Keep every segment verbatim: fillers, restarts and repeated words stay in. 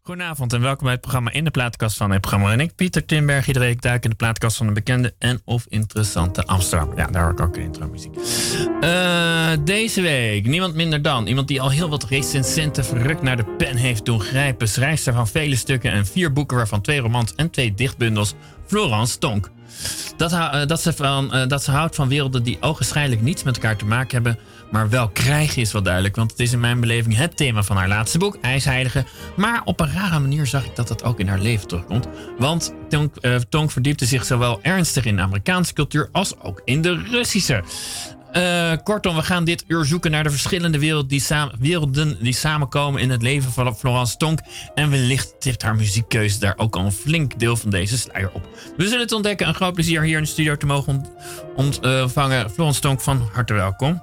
Goedenavond en welkom bij het programma In de Platenkast van het programma. En ik, Pieter Timberg, iedere week duik in de platenkast van een bekende en of interessante Amsterdam. Ja, daar hoor ik ook in intro muziek. Uh, deze week niemand minder dan iemand die al heel wat recensenten verrukt naar de pen heeft doen grijpen. Schrijfster van vele stukken en vier boeken, waarvan twee romans en twee dichtbundels, Florence Tonk. Dat, uh, dat, ze van, uh, dat ze houdt van werelden die ogenschijnlijk niets met elkaar te maken hebben, maar wel krijgen is wel duidelijk. Want het is in mijn beleving het thema van haar laatste boek, IJsheilige. Maar op een rare manier zag ik dat dat ook in haar leven terugkomt. Want Tonk, uh, Tonk verdiepte zich zowel ernstig in de Amerikaanse cultuur als ook in de Russische. Uh, kortom, we gaan dit uur zoeken naar de verschillende wereld die samen, werelden die samenkomen in het leven van Florence Tonk. En wellicht tipt haar muziekkeuze daar ook al een flink deel van deze sluier op. We zullen het ontdekken. Een groot plezier hier in de studio te mogen ontvangen. Uh, Florence Tonk, van harte welkom.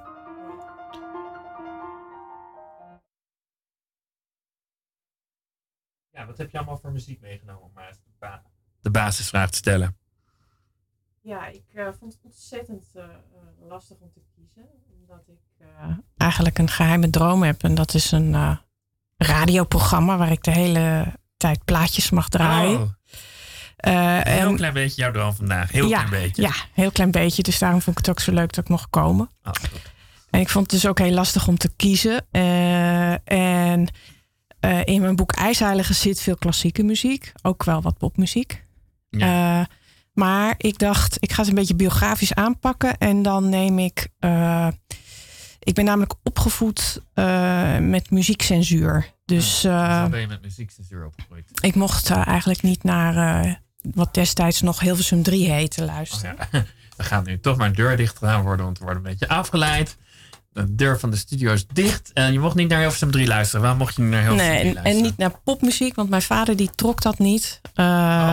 Ja, wat heb je allemaal voor muziek meegenomen om maar de basisvraag te stellen? Ja, ik uh, vond het ontzettend uh, lastig om te kiezen. Omdat ik uh, eigenlijk een geheime droom heb. En dat is een uh, radioprogramma waar ik de hele tijd plaatjes mag draaien. Oh. Uh, heel en, klein beetje jouw droom vandaag. Heel ja, klein beetje. Ja, heel klein beetje. Dus daarom vond ik het ook zo leuk dat ik mocht komen. Oh, en ik vond het dus ook heel lastig om te kiezen. Uh, en uh, in mijn boek IJsheilige zit veel klassieke muziek. Ook wel wat popmuziek. Ja. Uh, Maar ik dacht, ik ga het een beetje biografisch aanpakken. En dan neem ik... Uh, ik ben namelijk opgevoed uh, met muziekcensuur. Dus, uh, ja, dus ben je met muziekcensuur opgegroeid? Ik mocht uh, eigenlijk niet naar uh, wat destijds nog Hilversum drie heette luisteren. Oh ja. Dan gaat nu toch maar een deur dicht gedaan worden. Want we worden een beetje afgeleid. De deur van de studio is dicht. En je mocht niet naar Hilversum drie luisteren. Waarom mocht je niet naar Hilversum nee, drie en, luisteren? En niet naar popmuziek. Want mijn vader die trok dat niet. Uh, oh.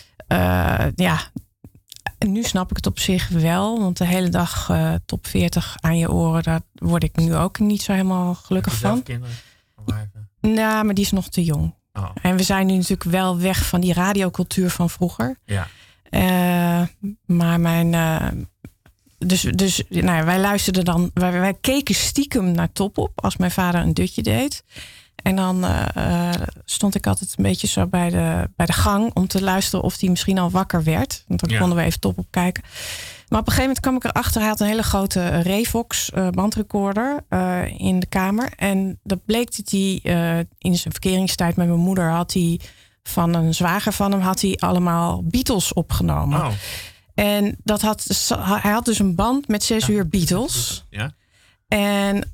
uh, ja... En nu snap ik het op zich wel. Want de hele dag uh, top veertig aan je oren... daar word ik nu ook niet zo helemaal gelukkig van. Heb je zelf kinderen? Nou, maar die is nog te jong. Oh. En we zijn nu natuurlijk wel weg van die radiocultuur van vroeger. Ja. Uh, maar mijn... Uh, dus dus nou ja, wij luisterden dan... Wij, wij keken stiekem naar Top Op... als mijn vader een dutje deed... En dan uh, stond ik altijd een beetje zo bij de, bij de gang... om te luisteren of hij misschien al wakker werd. Want dan ja. konden we even Top Op kijken. Maar op een gegeven moment kwam ik erachter... hij had een hele grote Revox uh, bandrecorder uh, in de kamer. En dat bleek dat hij uh, in zijn verkeringstijd met mijn moeder... had hij van een zwager van hem... had hij allemaal Beatles opgenomen. Oh. En dat had, hij had dus een band met zes ja. uur Beatles... Ja. En uh,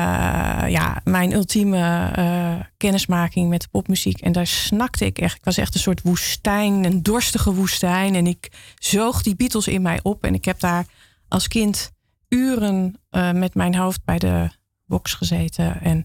ja, mijn ultieme uh, kennismaking met de popmuziek. En daar snakte ik echt. Ik was echt een soort woestijn, een dorstige woestijn. En ik zoog die Beatles in mij op. En ik heb daar als kind uren uh, met mijn hoofd bij de box gezeten. En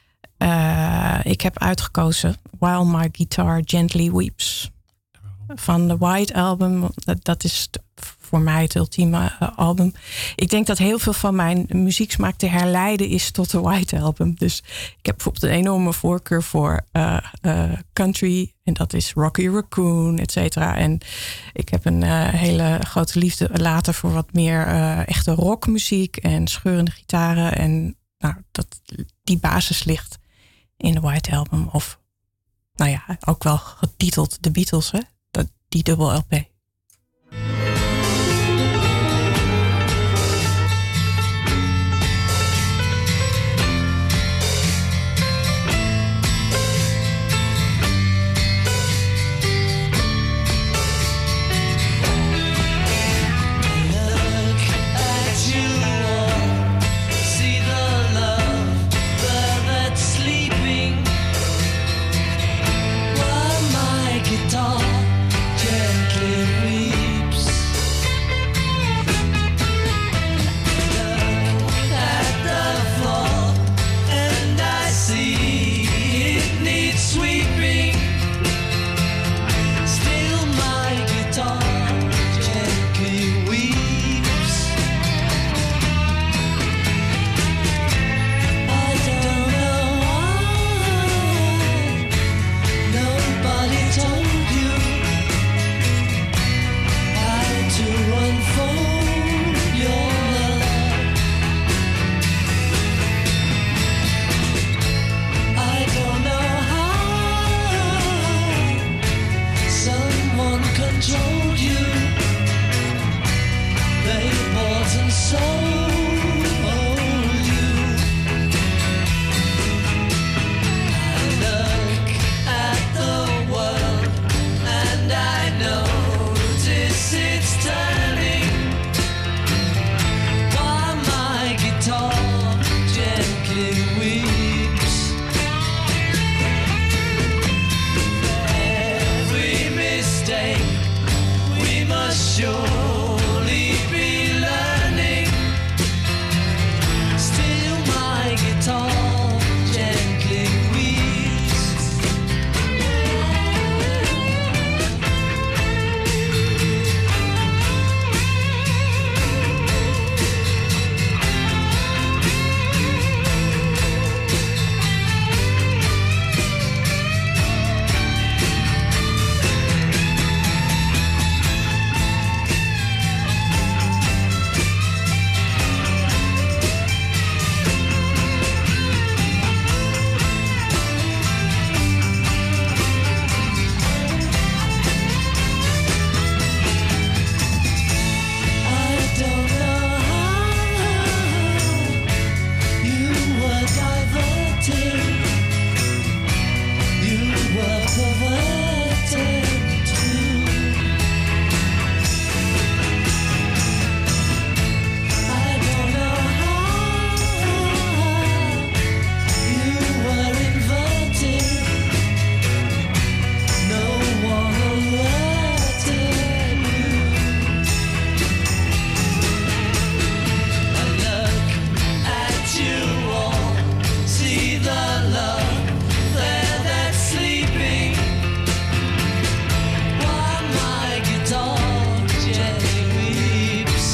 uh, ik heb uitgekozen While My Guitar Gently Weeps. Van de White Album. Dat, dat is voor mij het ultieme uh, album. Ik denk dat heel veel van mijn muzieksmaak te herleiden is tot de White Album. Dus ik heb bijvoorbeeld een enorme voorkeur voor uh, uh, country. En dat is Rocky Raccoon, et cetera. En ik heb een uh, hele grote liefde later voor wat meer uh, echte rockmuziek en scheurende gitaren. En nou, dat, die basis ligt in de White Album. Of nou ja, ook wel getiteld The Beatles, hè? Dat, die dubbel L P. Gently told you they bought and sold you. I look at the world and I notice it's turning while my guitar gently weeps. Every mistake we must surely be learning. Still my guitar gently weeps. I don't know how you were diverted, you were perverted too. I don't know how you were inverted, no one alerted you. I look at you all, see the love there that's sleeping, while my guitar gently weeps.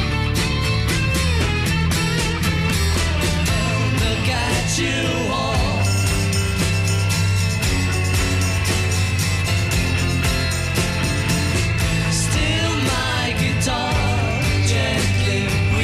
Look at you all, still my guitar gently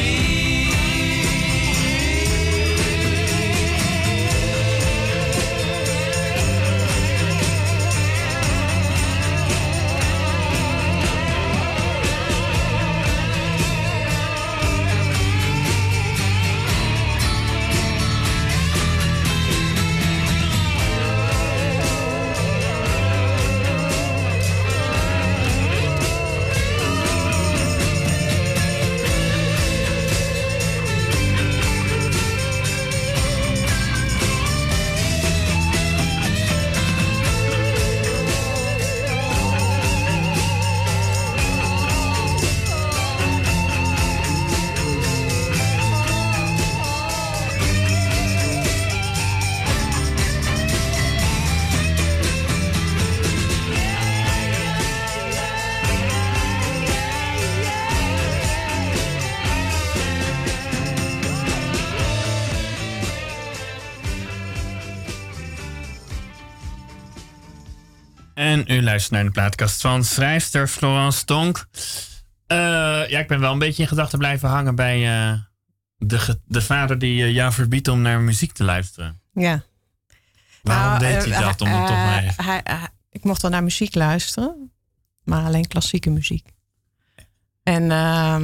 En u luistert naar de plaatkast van schrijfster Florence Tonk. Uh, ja, ik ben wel een beetje in gedachten blijven hangen bij uh, de, ge- de vader die uh, jou verbiedt om naar muziek te luisteren. Ja. Waarom Nou, deed hij uh, dat? Om het uh, toch maar even... hij, uh, ik mocht wel naar muziek luisteren, maar alleen klassieke muziek. En uh,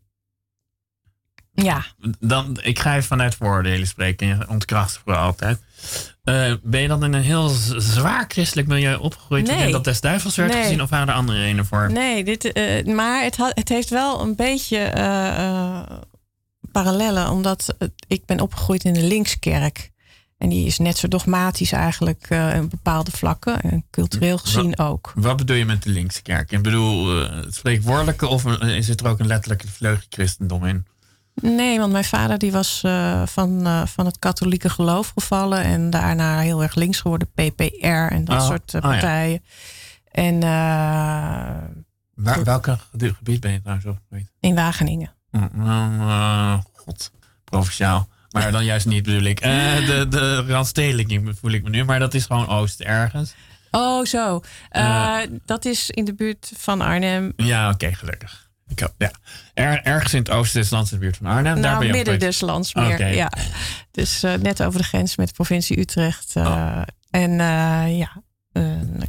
ja. Dan, ik ga even vanuit vooroordelen spreken en je ontkracht voor altijd. Uh, ben je dan in een heel z- zwaar christelijk milieu opgegroeid? Nee. En dat des duivels werd Nee. gezien of waren er andere redenen voor? Nee, dit, uh, maar het, had, het heeft wel een beetje uh, uh, parallellen. Omdat het, ik ben opgegroeid in de Linkskerk. En die is net zo dogmatisch eigenlijk uh, in bepaalde vlakken. En cultureel gezien wat, ook. Wat bedoel je met de linkse kerk? Ik bedoel, uh, het spreekwoordelijke of uh, zit er ook een letterlijke vleugje christendom in? Nee, want mijn vader die was uh, van, uh, van het katholieke geloof gevallen. En daarna heel erg links geworden. P P R en dat oh, soort uh, oh, partijen. Ja. En, uh, Waar, welke gebied ben je trouwens opgegroeid? In Wageningen. Uh, uh, God, provinciaal. Maar dan juist niet, bedoel ik. Uh, de, de randstedelijk voel ik me nu. Maar dat is gewoon oost ergens. Oh, zo. Uh, uh, dat is in de buurt van Arnhem. Ja, oké, okay, gelukkig. Ik heb, ja. Er, ergens in het oosten des lands, in de buurt van Arnhem. Nou, daar ben je midden des lands meer. Okay. Ja. Dus uh, net over de grens met de provincie Utrecht. Uh, oh. En uh, ja, uh,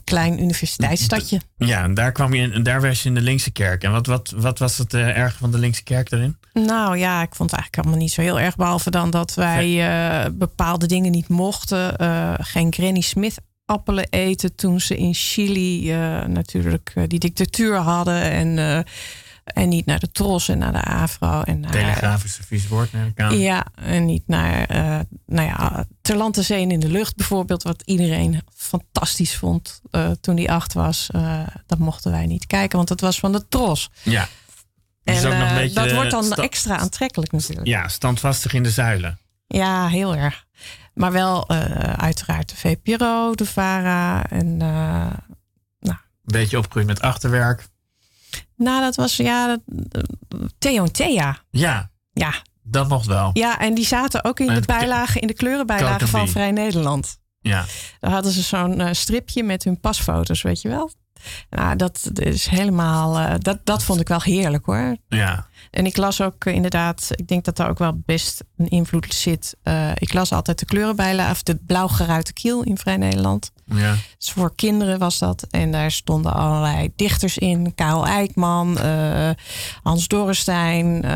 klein universiteitsstadje. Ja, en daar kwam je in, en daar was je in de linkse kerk. En wat, wat, wat was het uh, erg van de linkse kerk daarin? Nou ja, ik vond het eigenlijk allemaal niet zo heel erg. Behalve dan dat wij uh, bepaalde dingen niet mochten. Uh, geen Granny Smith appelen eten toen ze in Chili uh, natuurlijk uh, die dictatuur hadden. En, uh, en niet naar de Tros en naar de Afro. En naar, Telegrafisch vies woord, neem ik aan. Ja, en niet naar uh, nou ja, Ter land, te zee en in de lucht bijvoorbeeld. Wat iedereen fantastisch vond uh, toen die acht was. Uh, dat mochten wij niet kijken, want dat was van de Tros. Ja. En ook nog een uh, beetje dat wordt dan sta- extra aantrekkelijk natuurlijk. Ja, standvastig in de zuilen. Ja, heel erg. Maar wel uh, uiteraard de V P R O, de VARA en uh, nou. Een beetje opgegroeid met achterwerk. Nou, dat was ja, dat, uh, Theo en Thea. Ja, Ja. dat mocht wel. Ja, en die zaten ook in En de het- bijlagen, in de kleurenbijlagen van Kokenbie. Vrij Nederland. Ja. Daar hadden ze zo'n uh, stripje met hun pasfoto's, weet je wel. Nou, dat is helemaal, uh, dat, dat vond ik wel heerlijk hoor. Ja. En ik las ook uh, inderdaad, ik denk dat daar ook wel best een invloed zit. Uh, ik las altijd de kleurenbijlagen, of de blauwgeruite kiel in Vrij Nederland. Ja. Dus voor kinderen was dat. En daar stonden allerlei dichters in. Karel Eijkman, uh, Hans Dorrestein. Uh,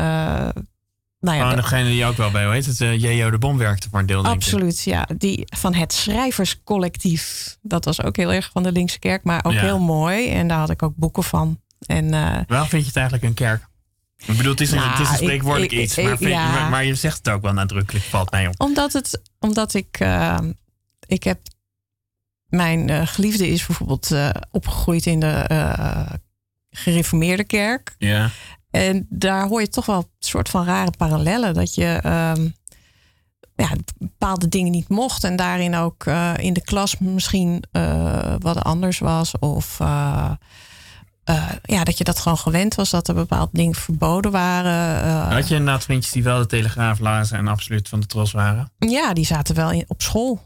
nou ja, Oh, de- degene die ook wel bij, hoe heet het? Uh, J O de Bom werkte voor een deel, denk ik. absoluut, ja. Die van het schrijverscollectief. Dat was ook heel erg van de linkse kerk. Maar ook Ja. heel mooi. En daar had ik ook boeken van. En uh, Waarom vind je het eigenlijk een kerk? Ik bedoel, het is een, Nou, het is een ik- spreekwoordelijk ik- iets. ik- Maar, vind- ja. maar, maar je zegt het ook wel nadrukkelijk, valt mij op. omdat, het, omdat ik... Uh, ik heb... Mijn uh, geliefde is bijvoorbeeld uh, opgegroeid in de uh, gereformeerde kerk. Ja. En daar hoor je toch wel een soort van rare parallellen. Dat je um, ja, bepaalde dingen niet mocht. En daarin ook uh, in de klas misschien uh, wat anders was. Of uh, uh, ja, dat je dat gewoon gewend was. Dat er bepaalde dingen verboden waren. Uh, Had je inderdaad vriendjes die wel de Telegraaf lazen en absoluut van de Tros waren? ja, die zaten wel in, op school.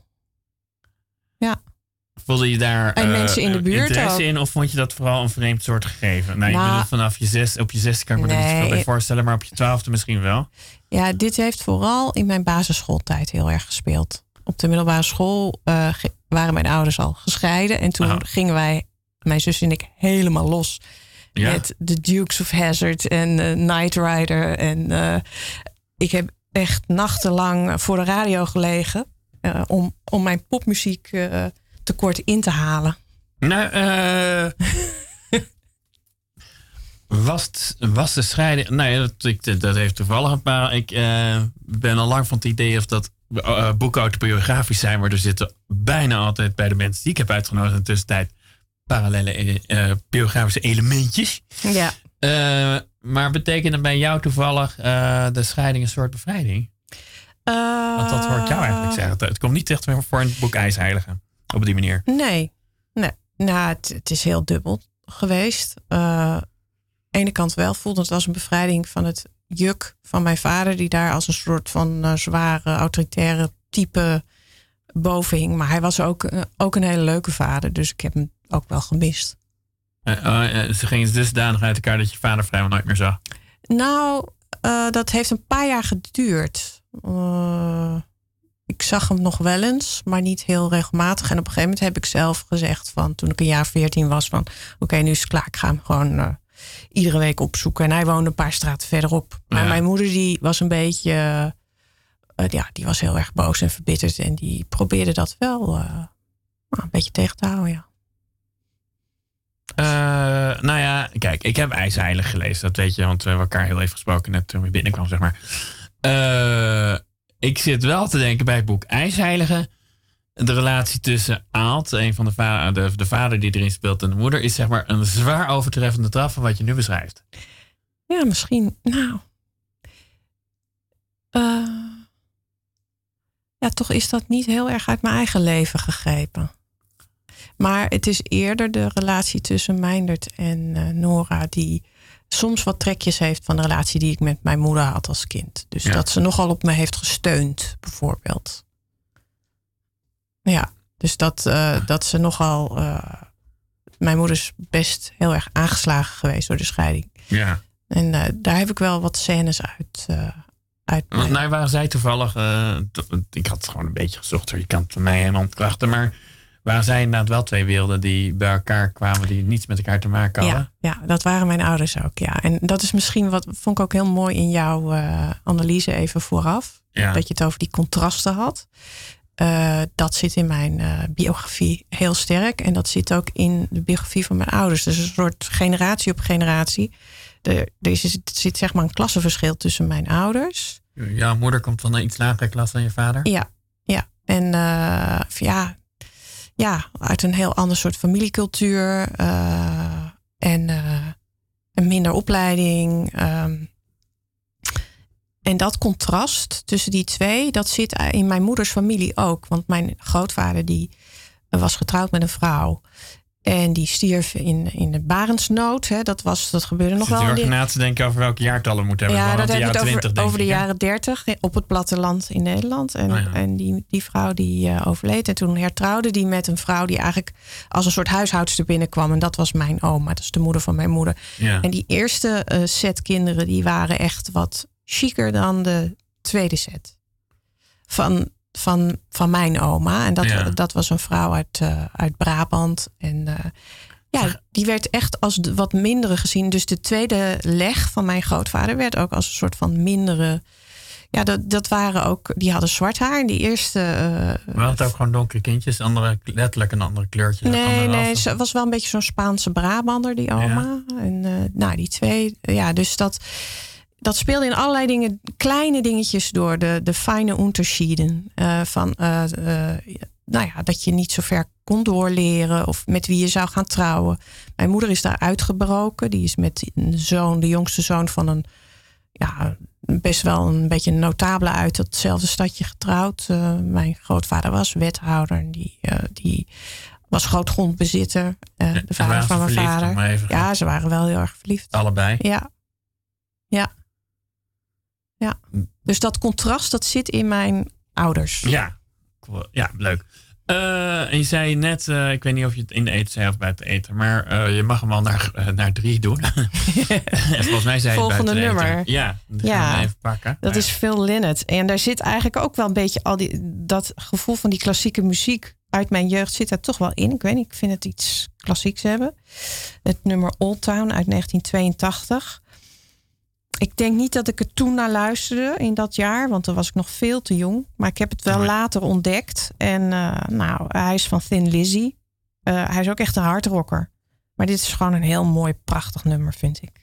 Ja. Voelde je daar En uh, mensen in de buurt interesse ook. in? Of vond je dat vooral een vreemd soort gegeven? Nou, Nou, ik bedoel, vanaf je zes, op je zesde kan ik me er niet nee. veel bij voorstellen. Maar op je twaalfde misschien wel. Ja, dit heeft vooral in mijn basisschooltijd heel erg gespeeld. Op de middelbare school uh, ge- waren mijn ouders al gescheiden. En toen Aha. gingen wij, mijn zus en ik, helemaal los. Ja. Met de Dukes of Hazzard en uh, Knight Rider. En uh, ik heb echt nachtenlang voor de radio gelegen. Uh, om, om mijn popmuziek uh, tekort in te halen. Nou, eh was, het- was de scheiding... Nee, dat, ik, dat heeft toevallig een paar... Ik uh, ben al lang van het idee of dat uh, boeken autobiografisch zijn... maar er zitten bijna altijd bij de mensen die ik heb uitgenodigd... in de tussentijd parallele uh, biografische elementjes. Ja. Uh, maar betekende bij jou toevallig uh, de scheiding een soort bevrijding? Uh, Want dat hoor ik jou eigenlijk zeggen. Het, het komt niet echt voor in het boek IJsheilige. Op die manier. Nee, nee. Nou, het, het is heel dubbel geweest. Uh, aan de ene kant wel voelde het als een bevrijding van het juk van mijn vader, die daar als een soort van uh, zware, autoritaire type boven hing. Maar hij was ook, uh, ook een hele leuke vader, dus ik heb hem ook wel gemist. Uh, uh, ze gingen dusdanig uit elkaar dat je vader vrijwel nooit meer zag. Nou, uh, dat heeft een paar jaar geduurd. Uh, ik zag hem nog wel eens, maar niet heel regelmatig. En op een gegeven moment heb ik zelf gezegd, van toen ik een jaar veertien was, van oké, okay, nu is het klaar. Ik ga hem gewoon uh, iedere week opzoeken. En hij woonde een paar straten verderop. Maar Ja. mijn moeder die was een beetje, uh, ja, die was heel erg boos en verbitterd. En die probeerde dat wel uh, een beetje tegen te houden, ja. Uh, nou ja, kijk, ik heb IJsheilig gelezen. Dat weet je, want we hebben elkaar heel even gesproken net toen we binnenkwam, zeg maar. Uh, ik zit wel te denken bij het boek IJsheilige. De relatie tussen Aalt, een van de, va- de, de vader die erin speelt, en de moeder, is zeg maar een zwaar overtreffende trap van wat je nu beschrijft. Ja, misschien. Nou. Uh, ja, toch is dat niet heel erg uit mijn eigen leven gegrepen. Maar het is eerder de relatie tussen Meindert en uh, Nora die soms wat trekjes heeft van de relatie die ik met mijn moeder had als kind. Dus Ja. dat ze nogal op me heeft gesteund, bijvoorbeeld. Ja, dus dat, uh, dat ze nogal... Uh, mijn moeder is best heel erg aangeslagen geweest door de scheiding. Ja. En uh, daar heb ik wel wat scènes uit. Uh, uit Want mijn- nou waren zij toevallig... Uh, t- ik had het gewoon een beetje gezocht. hoor. Je kan het van mij helemaal ontkrachten. Maar Waren zij inderdaad wel twee werelden die bij elkaar kwamen, die niets met elkaar te maken hadden? Ja, ja, dat waren mijn ouders ook. Ja. En dat is misschien wat, vond ik ook heel mooi in jouw uh, analyse even vooraf. Ja. Dat je het over die contrasten had. Uh, dat zit in mijn uh, biografie heel sterk. En dat zit ook in de biografie van mijn ouders. Dus een soort generatie op generatie. Er, er is, er zit zeg maar een klassenverschil tussen mijn ouders. Jouw moeder komt van een iets lagere klas dan je vader? Ja, ja. En uh, ja, ja, uit een heel ander soort familiecultuur. Uh, en uh, een minder opleiding. Um, En dat contrast tussen die twee, dat zit in mijn moeders familie ook. Want mijn grootvader die was getrouwd met een vrouw. En die stierf in, in de barensnood. Hè. Dat, was, dat gebeurde nog wel. Ik zit na te denken over welke jaartallen we moeten hebben. Ja, dat de heb ik jaren het over, twintig, denk over de ik, hè? jaren dertig op het platteland in Nederland. En, Oh ja. en die, die vrouw die uh, overleed. En toen hertrouwde die met een vrouw die eigenlijk als een soort huishoudster binnenkwam. En dat was mijn oma. Dat is de moeder van mijn moeder. Ja. En die eerste uh, set kinderen die waren echt wat chiquer dan de tweede set. Van, van, van mijn oma. En dat, Ja. dat was een vrouw uit, uh, uit Brabant. En uh, ja, die werd echt als de, wat mindere gezien. Dus de tweede leg van mijn grootvader werd ook als een soort van mindere. Ja, dat, dat waren ook. Die hadden zwart haar. En die eerste. Uh, We hadden ook gewoon donkere kindjes, andere, letterlijk een andere kleurtje. Nee, andere nee, ras. ze was wel een beetje zo'n Spaanse Brabander, die oma. Ja. En uh, nou, die twee. Ja, dus dat. Dat speelde in allerlei dingen, kleine dingetjes door. De, de fijne Unterschieden. Uh, van, uh, uh, nou ja, dat je niet zo ver kon doorleren. Of met wie je zou gaan trouwen. Mijn moeder is daar uitgebroken. Die is met een zoon, de jongste zoon van een... Ja, best wel een beetje een notabele uit datzelfde stadje getrouwd. Uh, mijn grootvader was wethouder. En die, uh, die was grootgrondbezitter. Uh, Ja, de vader van mijn verliefd, vader. maar even Ja, ze waren wel heel erg verliefd. allebei. Ja. Ja. Ja. Dus dat contrast, dat zit in mijn ouders. Ja, cool. Ja, leuk. Uh, en je zei net, uh, ik weet niet of je het in de eten zei of bij het eten, maar uh, je mag hem al naar, uh, naar drie doen. En volgens mij zei je Volgende het nummer. eten. Ja, die Ja, gaan we even pakken. Dat Maar is Phil Lynott. En daar zit eigenlijk ook wel een beetje al die, dat gevoel van die klassieke muziek uit mijn jeugd zit daar toch wel in. Ik weet niet, ik vind het iets klassieks hebben. Het nummer Old Town uit negentien tweeëntachtig. Ik denk niet dat ik er toen naar luisterde in dat jaar, want toen was ik nog veel te jong. Maar ik heb het wel Oh ja. later ontdekt. En uh, nou, hij is van Thin Lizzy. Uh, hij is ook echt een hardrocker. Maar dit is gewoon een heel mooi, prachtig nummer, vind ik.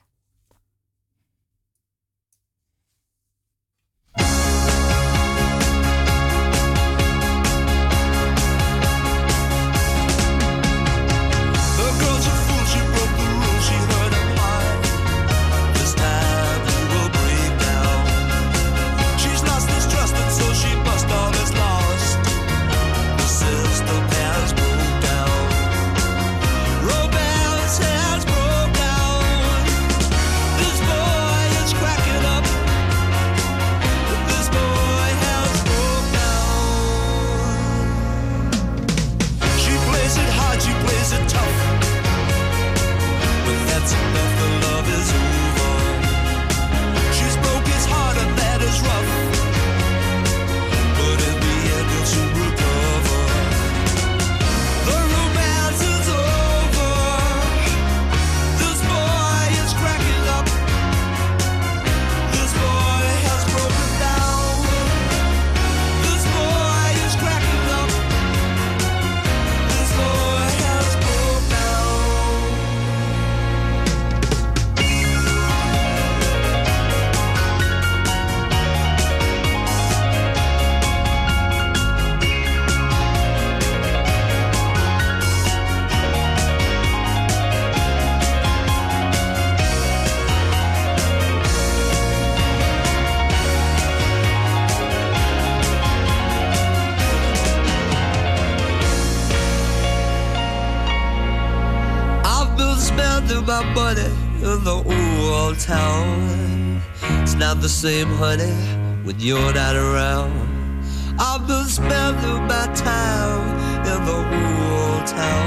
My money in the old town. It's not the same, honey, when you're not around. I've been spending my time in the old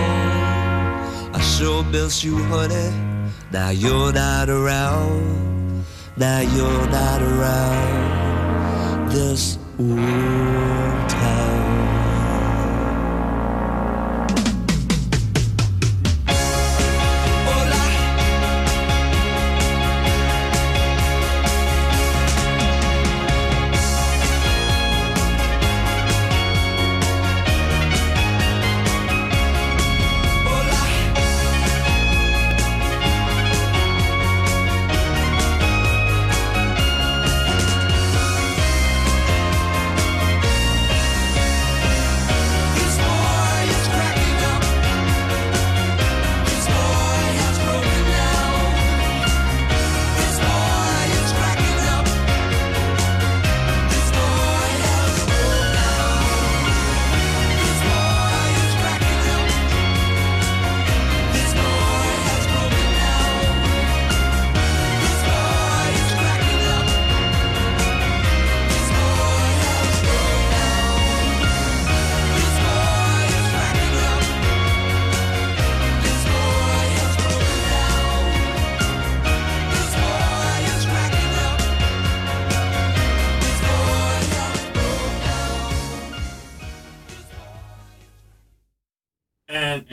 town. I sure miss you, honey. Now you're not around. Now you're not around this old town.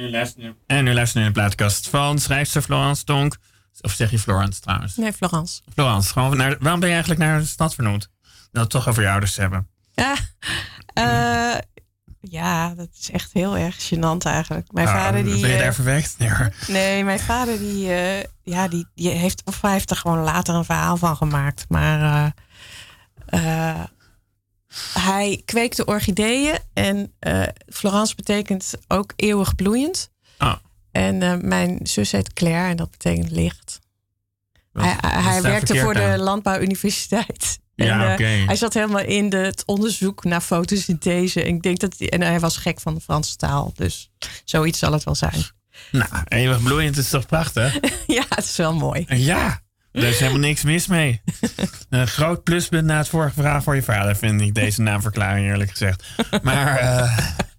u luistert nu, en u luistert nu naar de plaatkast van schrijfster Florence Tonk. Of zeg je Florence trouwens? Nee, Florence. Florence, gewoon naar, waarom ben je eigenlijk naar de stad vernoemd? Dat toch over je ouders hebben. Ja, uh, ja, dat is echt heel erg gênant eigenlijk. Mijn oh, vader die. Ben je daar uh, verwekt? Nee, hoor. nee, mijn vader die, uh, ja, die, die heeft, of hij heeft er gewoon later een verhaal van gemaakt. Maar uh, uh, hij kweekte orchideeën en uh, Florence betekent ook eeuwig bloeiend. Oh. En uh, mijn zus heet Claire en dat betekent licht. Wat, hij hij werkte voor aan? de Landbouwuniversiteit. Ja, en, uh, okay. Hij zat helemaal in de, het onderzoek naar fotosynthese. En, ik denk dat hij, en hij was gek van de Franse taal. Dus zoiets zal het wel zijn. Nou, eeuwig bloeiend is toch prachtig? Ja, het is wel mooi. Ja, daar is helemaal niks mis mee. Een groot pluspunt na het vorige verhaal voor je vader, vind ik deze naamverklaring eerlijk gezegd. Maar... Uh,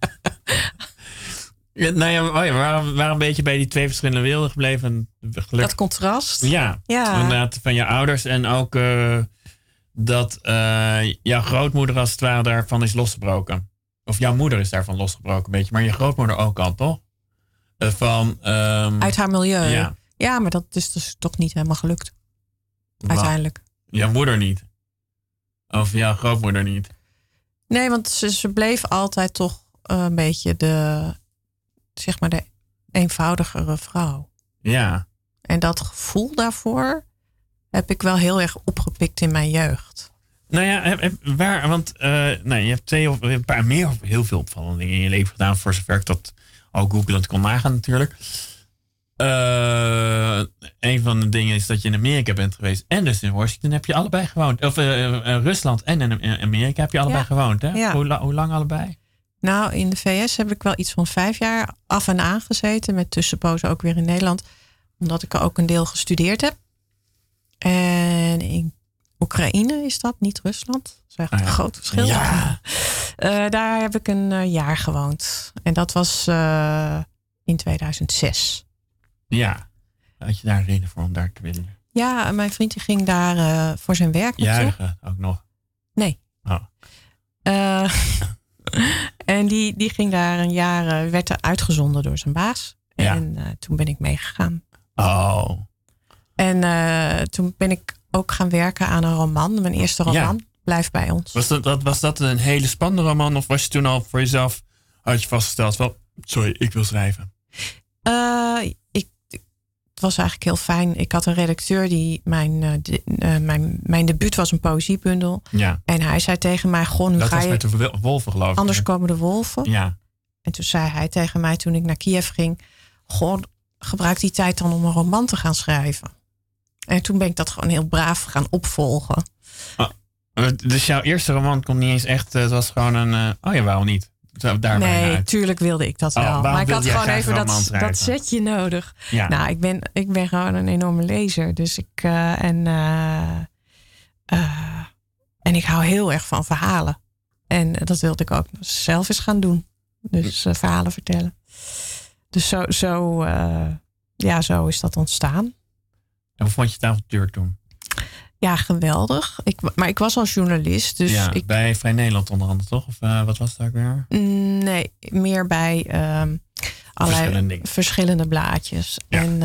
Ja, nou ja, oh ja, we waren, waren een beetje bij die twee verschillende werelden gebleven. Geluk... Dat contrast. Ja, ja, inderdaad van je ouders. En ook uh, dat uh, jouw grootmoeder als het ware daarvan is losgebroken. Of jouw moeder is daarvan losgebroken een beetje. Maar je grootmoeder ook al, toch? Uh, van, um, Uit haar milieu. Ja. ja, maar dat is dus toch niet helemaal gelukt. Uiteindelijk. Wat? Jouw moeder niet? Of jouw grootmoeder niet? Nee, want ze, ze bleef altijd toch uh, een beetje de... zeg maar de eenvoudigere vrouw. Ja. En dat gevoel daarvoor heb ik wel heel erg opgepikt in mijn jeugd. Nou ja, waar, want uh, nou, je hebt twee of een paar meer of heel veel opvallende dingen in je leven gedaan, voor zover ik dat al googlend kon nagaan natuurlijk. Uh, een van de dingen is dat je in Amerika bent geweest en dus in Washington heb je allebei gewoond. Of uh, uh, Rusland en in Amerika heb je allebei ja. gewoond, hè? Ja. Hoe, hoe lang allebei? Nou, in de V S heb ik wel iets van vijf jaar af en aan gezeten. Met tussenpozen ook weer in Nederland. Omdat ik er ook een deel gestudeerd heb. En in Oekraïne is dat, niet Rusland. Dat is echt ah, ja. een groot verschil. Ja. Uh, daar heb ik een uh, jaar gewoond. En dat was uh, in tweeduizend zes. Ja. Had je daar een reden voor om daar te willen? Ja, mijn vriend die ging daar uh, voor zijn werk naartoe. Jarige ook nog? Nee. Oh. Uh, en die, die ging daar een jaar, uh, werd er uitgezonden door zijn baas. Ja. En uh, toen ben ik meegegaan. Oh. En uh, toen ben ik ook gaan werken aan een roman. Mijn eerste roman, ja. Blijf bij ons. Was dat, dat, was dat een hele spannende roman? Of was je toen al voor jezelf, had je vastgesteld, wel, sorry, ik wil schrijven? Uh, ik, het was eigenlijk heel fijn. Ik had een redacteur die, mijn, uh, de, uh, mijn, mijn debuut was een poëziebundel. Ja. En hij zei tegen mij, goh, nu dat ga je... Dat was met de wolven, geloof ik. Anders komen de wolven. Ja. En toen zei hij tegen mij, toen ik naar Kiev ging, goh, gebruik die tijd dan om een roman te gaan schrijven. En toen ben ik dat gewoon heel braaf gaan opvolgen. Oh, dus jouw eerste roman kon niet eens echt, het was gewoon een, uh, oh ja, waarom niet? Daar nee, tuurlijk wilde ik dat wel. Oh, maar ik had gewoon even dat, dat setje nodig. Ja. Nou, ik ben, ik ben gewoon een enorme lezer. Dus ik, uh, en, uh, uh, en ik hou heel erg van verhalen. En dat wilde ik ook zelf eens gaan doen. Dus uh, verhalen vertellen. Dus zo, zo, uh, ja, zo is dat ontstaan. En hoe vond je het avontuur toen? Ja, geweldig. Ik, maar ik was al journalist. Dus ja, ik, bij Vrij Nederland onder andere, toch? Of uh, wat was het ook weer? Nee, meer bij um, allerlei verschillende, verschillende blaadjes. Ja. En,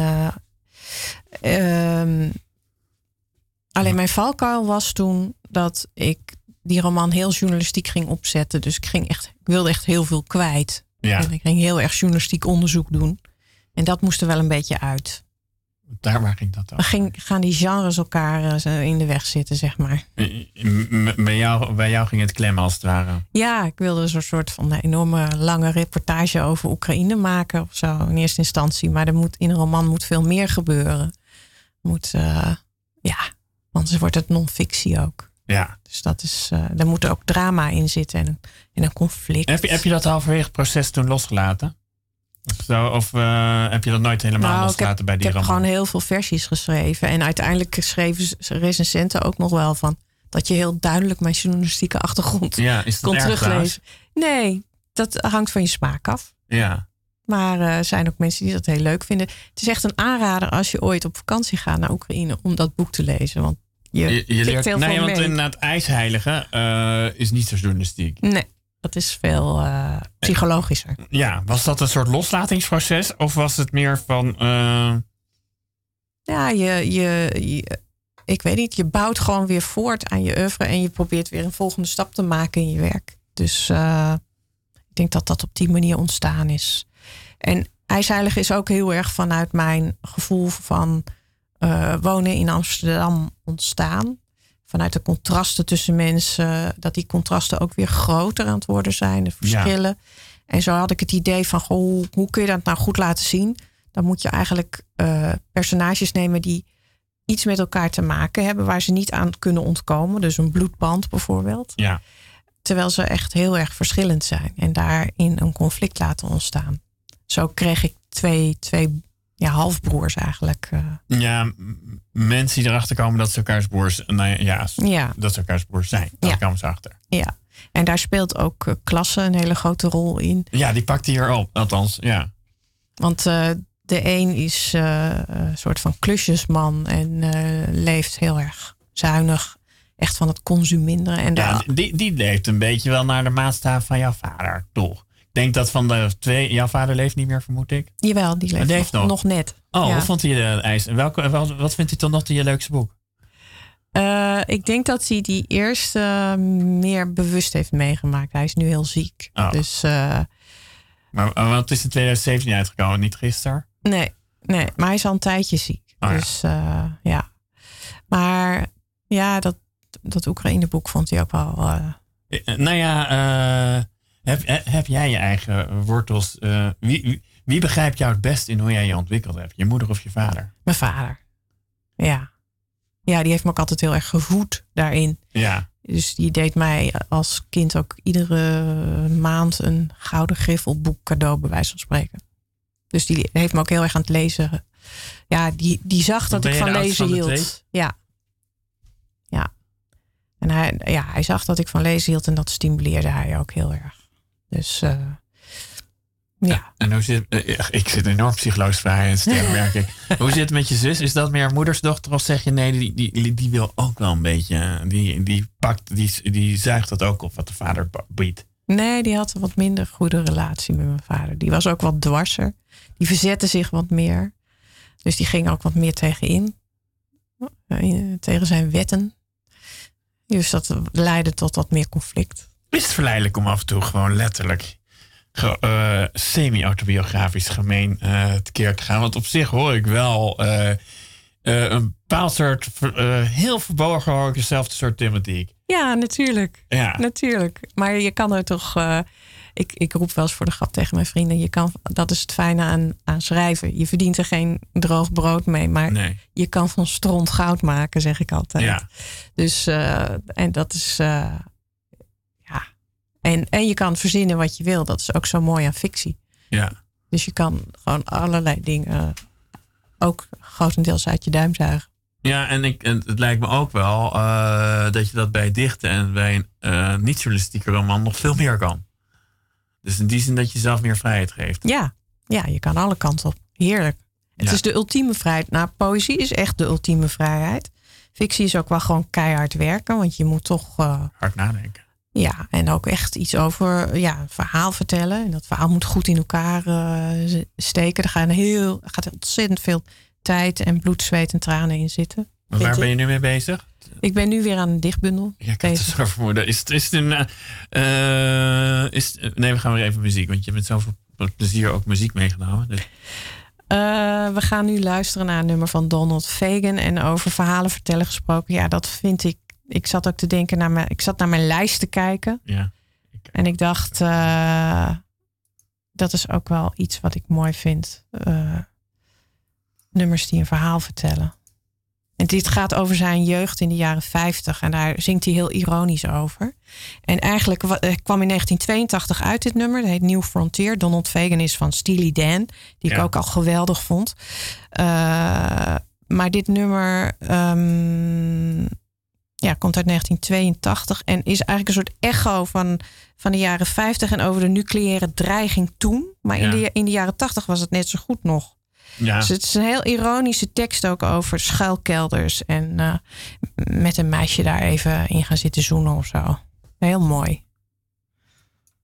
uh, um, alleen mijn valkuil was toen dat ik die roman heel journalistiek ging opzetten. Dus ik, ging echt, ik wilde echt heel veel kwijt. Ja. En ik ging heel erg journalistiek onderzoek doen. En dat moest er wel een beetje uit. Daar waar ging dat dan? Ging, gaan die genres elkaar uh, in de weg zitten, zeg maar. Bij jou, bij jou ging het klemmen als het ware? Ja, ik wilde een soort van een enorme lange reportage over Oekraïne maken of zo in eerste instantie. Maar er moet, in een roman moet veel meer gebeuren. Moet, uh, ja, anders wordt het non-fictie ook. Ja. Dus dat is, uh, daar moet ook drama in zitten en een, en een conflict. Heb je, heb je dat halverwege het proces toen losgelaten? Of, zo, of uh, heb je dat nooit helemaal nou, losgelaten heb, bij die ik roman? Ik heb gewoon heel veel versies geschreven. En uiteindelijk schreven recensenten ook nog wel van dat je heel duidelijk mijn journalistieke achtergrond ja, is dat kon erg teruglezen. Nee, dat hangt van je smaak af. Ja. Maar er uh, zijn ook mensen die dat heel leuk vinden. Het is echt een aanrader als je ooit op vakantie gaat naar Oekraïne om dat boek te lezen. Want je, je, je leert heel nee, veel want mee. inderdaad ijsheilige uh, is niet zo journalistiek. Nee. Dat is veel uh, psychologischer. Ja, was dat een soort loslatingsproces? Of was het meer van... Uh... Ja, je, je, je... Ik weet niet, je bouwt gewoon weer voort aan je oeuvre... en je probeert weer een volgende stap te maken in je werk. Dus uh, ik denk dat dat op die manier ontstaan is. En IJsheilig is ook heel erg vanuit mijn gevoel van... Uh, wonen in Amsterdam ontstaan. Vanuit de contrasten tussen mensen... dat die contrasten ook weer groter aan het worden zijn. De verschillen. Ja. En zo had ik het idee van... Goh, hoe, hoe kun je dat nou goed laten zien? Dan moet je eigenlijk uh, personages nemen... die iets met elkaar te maken hebben... waar ze niet aan kunnen ontkomen. Dus een bloedband bijvoorbeeld. Ja. Terwijl ze echt heel erg verschillend zijn. En daarin een conflict laten ontstaan. Zo kreeg ik twee... twee Ja, halfbroers eigenlijk. Uh. Ja, m- mensen die erachter komen dat ze elkaars broers... Nou ja, ja, ja. dat ze elkaars broers zijn. Daar ja. komen ze achter. Ja, en daar speelt ook uh, klasse een hele grote rol in. Ja, die pakt hij hier op, althans, ja. Want uh, de een is uh, een soort van klusjesman... en uh, leeft heel erg zuinig. Echt van het consuminderen. En ja, de... die, die leeft een beetje wel naar de maatstaf van jouw vader, toch? Ik denk dat van de twee... Jouw vader leeft niet meer, vermoed ik. Jawel, die leeft, leeft nog, nog net. Oh, ja. Hoe vond hij de ijs? Welke, wel, wat vindt hij tot nog toe je leukste boek? Uh, ik denk dat hij die eerste uh, meer bewust heeft meegemaakt. Hij is nu heel ziek. Oh. Dus, uh, maar wat is in twintig zeventien uitgekomen? Niet gisteren? Nee, nee, maar hij is al een tijdje ziek. Oh, dus ja. Uh, ja. Maar ja, dat, dat Oekraïne-boek vond hij ook wel... Uh... Nou ja... Uh... Heb, heb jij je eigen wortels? Uh, wie, wie, wie begrijpt jou het best in hoe jij je ontwikkeld hebt? Je moeder of je vader? Mijn vader. Ja. Ja, die heeft me ook altijd heel erg gevoed daarin. Ja. Dus die deed mij als kind ook iedere maand een Gouden Griffelboek cadeau, bij wijze van spreken. Dus die heeft me ook heel erg aan het lezen. Ja, die, die zag dat ik van lezen van hield. Ja. Ja. En hij, ja, hij zag dat ik van lezen hield en dat stimuleerde hij ook heel erg. Dus uh, ja. En hoe zit uh, ik zit enorm psychologisch vrij in stem, merk ik. Hoe zit het met je zus? Is dat meer moedersdochter of zeg je nee, die, die, die wil ook wel een beetje, die, die pakt, die, die zuigt dat ook op wat de vader biedt? Nee, die had een wat minder goede relatie met mijn vader. Die was ook wat dwarser. Die verzette zich wat meer. Dus die ging ook wat meer tegenin. Tegen zijn wetten. Dus dat leidde tot wat meer conflict. Is het verleidelijk om af en toe gewoon letterlijk uh, semi-autobiografisch gemeen uh, tekeer te gaan? Want op zich hoor ik wel uh, uh, een bepaald soort, uh, heel verborgen hoor ik dezelfde soort thematiek. Ja, natuurlijk. Ja. Natuurlijk. Maar je kan er toch... Uh, ik, ik roep wel eens voor de grap tegen mijn vrienden. Je kan, dat is het fijne aan, aan schrijven. Je verdient er geen droog brood mee. Maar nee. Je kan van stront goud maken, zeg ik altijd. Ja. Dus, uh, en dat is... Uh, ja. En, en je kan verzinnen wat je wil. Dat is ook zo mooi aan fictie. Ja. Dus je kan gewoon allerlei dingen... ook grotendeels uit je duim zuigen. Ja, en, ik, en het lijkt me ook wel uh, dat je dat bij dichten en bij een uh, niet-journalistieke roman nog veel meer kan. Dus in die zin dat je jezelf meer vrijheid geeft. Ja, ja, je kan alle kanten op. Heerlijk. Het ja. is de ultieme vrijheid. Nou, poëzie is echt de ultieme vrijheid. Fictie is ook wel gewoon keihard werken, want je moet toch... Uh, hard nadenken. Ja, en ook echt iets over ja, een verhaal vertellen. En dat verhaal moet goed in elkaar uh, steken. Er gaan heel, gaat ontzettend veel tijd en bloed, zweet en tranen in zitten. Maar waar ben je nu mee bezig? Ik ben nu weer aan een dichtbundel. Ja, ik had het zo vermoeden. Is het, is het een... Uh, is het, nee, we gaan weer even muziek. Want je hebt met zoveel plezier ook muziek meegenomen. Dus. Uh, we gaan nu luisteren naar een nummer van Donald Fagen. En over verhalen vertellen gesproken. Ja, dat vind ik... Ik zat ook te denken naar mijn... Ik zat naar mijn lijst te kijken. Ja. Ik, en ik dacht... Uh, dat is ook wel iets wat ik mooi vind. Uh, nummers die een verhaal vertellen. En dit gaat over zijn jeugd in de jaren vijftig. En daar zingt hij heel ironisch over. En eigenlijk kwam in negentien tweeëntachtig uit dit nummer. Dat heet New Frontier. Donald Fagen is van Steely Dan. Die ja. ik ook al geweldig vond. Uh, maar dit nummer um, ja, komt uit negentien tweeëntachtig. En is eigenlijk een soort echo van, van de jaren vijftig. En over de nucleaire dreiging toen. Maar ja. in, de, in de jaren tachtig was het net zo goed nog. Ja. Dus het is een heel ironische tekst ook over schuilkelders. En uh, met een meisje daar even in gaan zitten zoenen of zo. Heel mooi.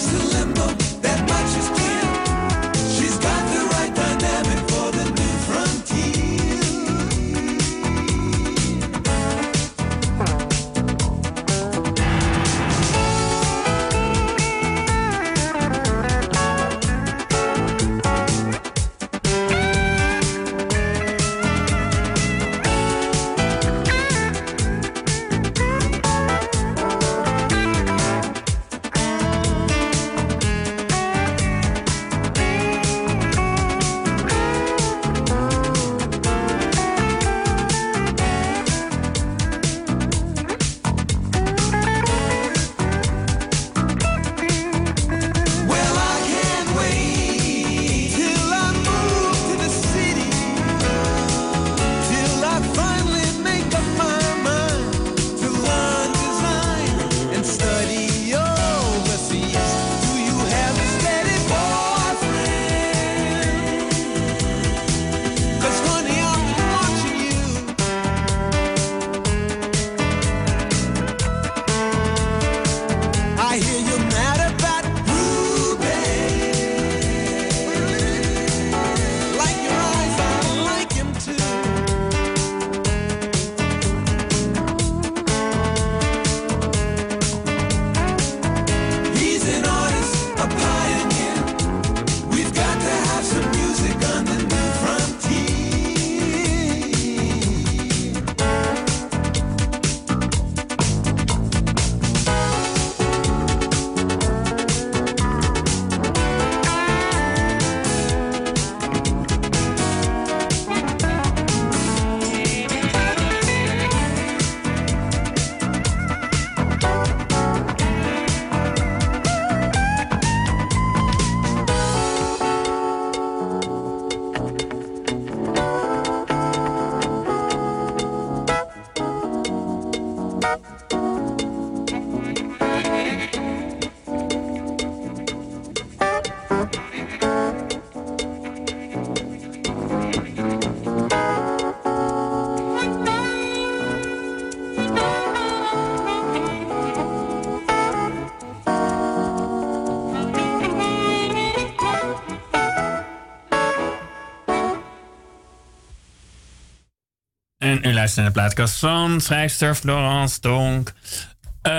En u luistert naar de plaatkast van schrijfster Florence Donk. Uh,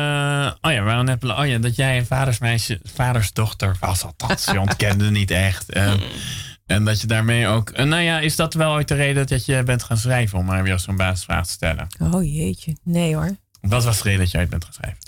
oh ja, waarom heb, oh ja, dat jij een vadersmeisje, vadersdochter was althans. Je ontkende niet echt. Uh, en dat je daarmee ook... Uh, nou ja, is dat wel ooit de reden dat je bent gaan schrijven? Om maar weer zo'n basisvraag te stellen. Oh jeetje, nee hoor. Wat was de reden dat jij uit bent gaan schrijven?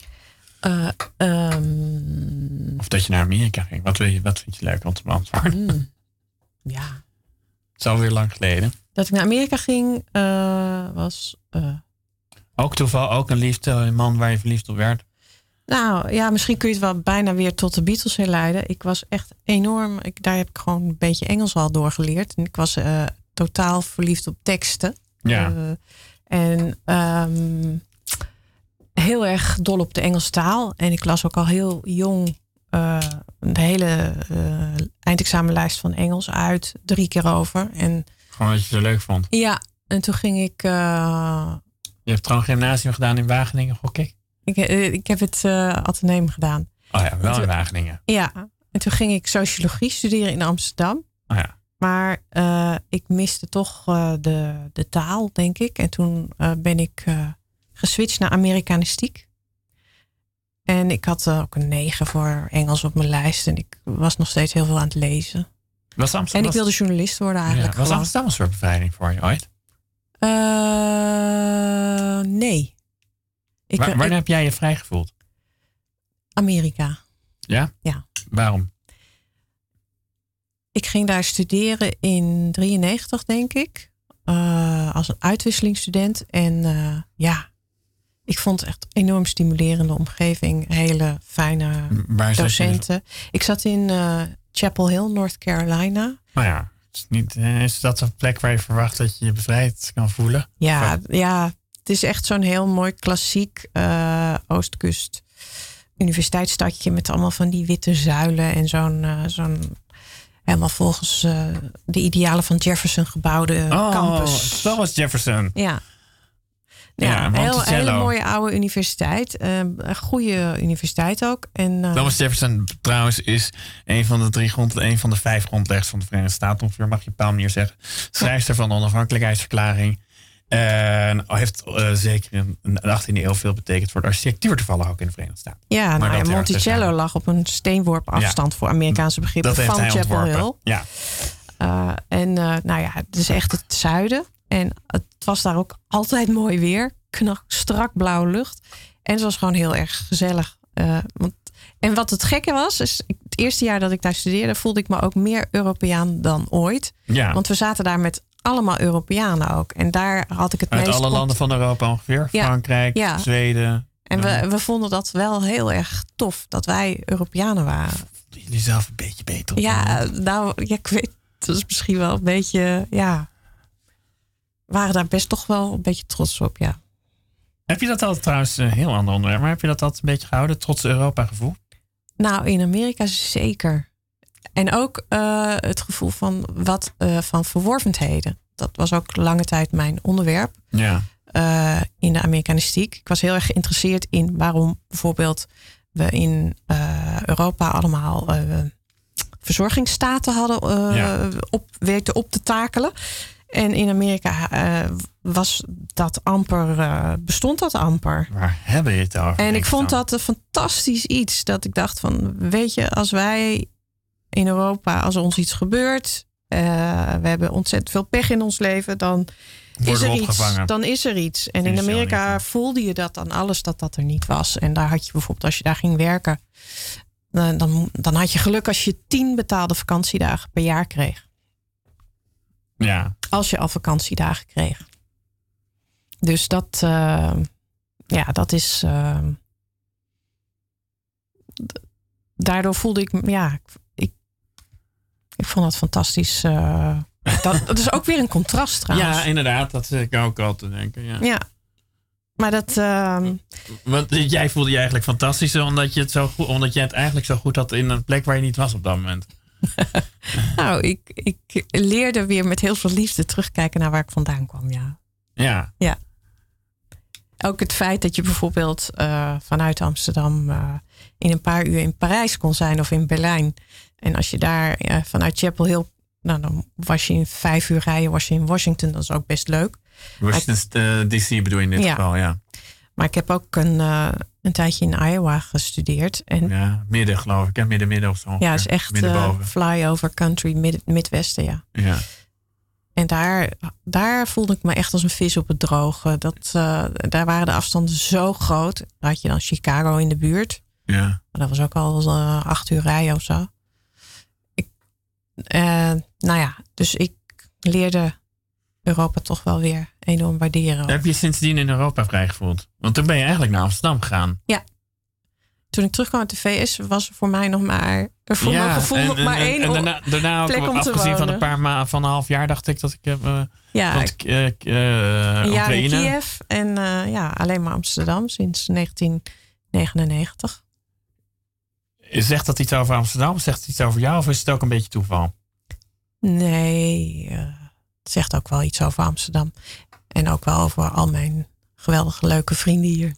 Uh, um... Of dat je naar Amerika ging. Wat, wil je, wat vind je leuk om te beantwoorden? Mm. Ja. Het is alweer lang geleden. Dat ik naar Amerika ging uh, was... Uh... Ook toeval, ook een liefde, een man waar je verliefd op werd? Nou ja, misschien kun je het wel bijna weer tot de Beatles herleiden. Ik was echt enorm... Ik, daar heb ik gewoon een beetje Engels al doorgeleerd. En ik was uh, totaal verliefd op teksten. Ja. Uh, en um, heel erg dol op de Engelse taal. En ik las ook al heel jong uh, de hele uh, eindexamenlijst van Engels uit. Drie keer over. En, gewoon dat je het zo leuk vond? Ja, en toen ging ik... Uh, je hebt trouwens gymnasium gedaan in Wageningen, gok ik? Ik, ik heb het uh, ateneum gedaan. Oh ja, wel toen, in Wageningen. Ja, en toen ging ik sociologie studeren in Amsterdam. Oh ja. Maar uh, ik miste toch uh, de, de taal, denk ik. En toen uh, ben ik uh, geswitcht naar Amerikanistiek. En ik had uh, ook een negen voor Engels op mijn lijst. En ik was nog steeds heel veel aan het lezen. Was Amsterdam, en ik wilde journalist worden eigenlijk. Ja, was Amsterdam een soort bevrijding voor je ooit? Uh, nee. Ik, Waar, wanneer ik, heb jij je vrij gevoeld? Amerika. Ja? Ja. Waarom? Ik ging daar studeren in drieënnegentig, denk ik. Uh, als een uitwisselingsstudent. En uh, ja, ik vond het echt een enorm stimulerende omgeving. Hele fijne Waar docenten. Ik zat in uh, Chapel Hill, North Carolina. Nou ja, is, niet, is dat een plek waar je verwacht dat je je bevrijd kan voelen? Ja, of, ja, het is echt zo'n heel mooi klassiek uh, Oostkust universiteitsstadje met allemaal van die witte zuilen en zo'n, uh, zo'n helemaal volgens uh, de idealen van Jefferson gebouwde oh, campus. Zo was Jefferson. Ja. Ja, Ja, een heel, Monticello. hele mooie oude universiteit. Uh, een goede universiteit ook. En, uh, Thomas Jefferson trouwens is een van de drie grond, een van de vijf grondleggers van de Verenigde Staten, ongeveer, mag je op een bepaalde manier zeggen. Schrijfster van de onafhankelijkheidsverklaring. En heeft uh, zeker in de achttiende eeuw veel betekend voor de architectuur toevallig ook in de Verenigde Staten. Ja, nou, ja Monticello ja. lag op een steenworp afstand ja. voor Amerikaanse begrippen dat van Chapel ontworpen. Hill. Ja. Uh, en uh, nou ja, het is echt het zuiden. En het was daar ook altijd mooi weer. Knak, strak blauwe lucht. En het was gewoon heel erg gezellig. Uh, want, en wat het gekke was, is het eerste jaar dat ik daar studeerde, voelde ik me ook meer Europeaan dan ooit. Ja. Want we zaten daar met allemaal Europeanen ook. En daar had ik het Uit meest... alle landen van Europa ongeveer. Ja. Frankrijk, ja. Zweden. En we, we vonden dat wel heel erg tof, dat wij Europeanen waren. Voelden jullie zelf een beetje beter op? Ja, nou, ja, ik weet, dat is misschien wel een beetje, ja... We waren daar best toch wel een beetje trots op, ja. Heb je dat altijd trouwens, een heel ander onderwerp, maar heb je dat altijd een beetje gehouden, trots Europa gevoel? Nou, in Amerika zeker. En ook uh, het gevoel van wat uh, van verworvenheden. Dat was ook lange tijd mijn onderwerp. Ja. Uh, in de Amerikanistiek. Ik was heel erg geïnteresseerd in waarom bijvoorbeeld we in uh, Europa allemaal uh, verzorgingsstaten hadden uh, ja. op, weten op te takelen. En in Amerika uh, was dat amper, uh, bestond dat amper. Waar hebben je het over? En ik vond dat een fantastisch iets. Dat ik dacht van, weet je, als wij in Europa, als er ons iets gebeurt, uh, we hebben ontzettend veel pech in ons leven, dan is er iets. Dan is er iets. En in Amerika voelde je dat aan alles dat dat er niet was. En daar had je bijvoorbeeld, als je daar ging werken, dan, dan had je geluk als je tien betaalde vakantiedagen per jaar kreeg. Ja. Als je al vakantiedagen kreeg. Dus dat, uh, ja, dat is. Uh, d- daardoor voelde ik, ja, ik, ik, ik vond dat fantastisch. Uh, dat, dat is ook weer een contrast trouwens. Ja, inderdaad, dat zit ik ook al te denken. Ja. Ja. Maar dat. Uh, Want jij voelde je eigenlijk fantastisch, omdat je het zo goed, omdat je het eigenlijk zo goed had in een plek waar je niet was op dat moment. Nou, ik, ik leerde weer met heel veel liefde terugkijken naar waar ik vandaan kwam, ja. Ja. Ja. Ook het feit dat je bijvoorbeeld uh, vanuit Amsterdam uh, in een paar uur in Parijs kon zijn of in Berlijn. En als je daar uh, vanuit Chapel Hill, nou dan was je in vijf uur rijden, was je in Washington, dat is ook best leuk. Washington uh, D C bedoel je in dit ja. geval, ja. Maar ik heb ook een, uh, een tijdje in Iowa gestudeerd. En ja, midden geloof ik. Midden, midden of zo. Ja, het is echt uh, flyover country, mid, Midwesten, ja. Ja. En daar, daar voelde ik me echt als een vis op het droge. Dat, uh, daar waren de afstanden zo groot. Daar had je dan Chicago in de buurt. Ja. Maar dat was ook al uh, acht uur rijden of zo. Ik, uh, nou ja, dus ik leerde Europa toch wel weer enorm waarderen. Heb je sindsdien in Europa vrij gevoeld? Want toen ben je eigenlijk naar Amsterdam gegaan. Ja. Toen ik terugkwam uit de V S was er voor mij nog maar, er voor ja, mijn gevoel en, nog en, maar en, één en daarna, daarna plek ook, om te afgezien wonen. van een paar maanden, van een half jaar dacht ik dat ik heb. Uh, ja, want, uh, uh, een jaar Oekraïne. in Kiev en uh, ja, alleen maar Amsterdam sinds negentien negenennegentig. Zegt dat iets over Amsterdam? Zegt het iets over jou of is het ook een beetje toeval? Nee, uh, het zegt ook wel iets over Amsterdam. En ook wel over al mijn geweldige leuke vrienden hier.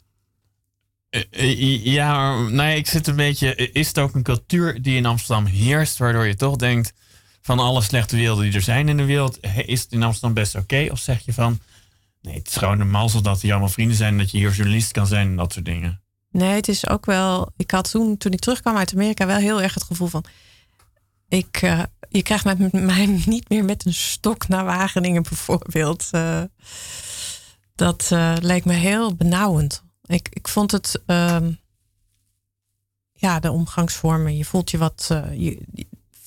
Uh, ja, nee, ik zit een beetje. Is het ook een cultuur die in Amsterdam heerst, waardoor je toch denkt van alle slechte werelden die er zijn in de wereld, is het in Amsterdam best oké? Okay? Of zeg je van nee, het is gewoon een mazzel dat hier allemaal vrienden zijn en dat je hier journalist kan zijn en dat soort dingen? Nee, het is ook wel. Ik had toen, toen ik terugkwam uit Amerika, wel heel erg het gevoel van ik, uh, je krijgt mij, met mij niet meer met een stok naar Wageningen bijvoorbeeld. Uh, dat uh, leek me heel benauwend. Ik, ik vond het, uh, ja, de omgangsvormen. Je voelt je wat, uh, je, je,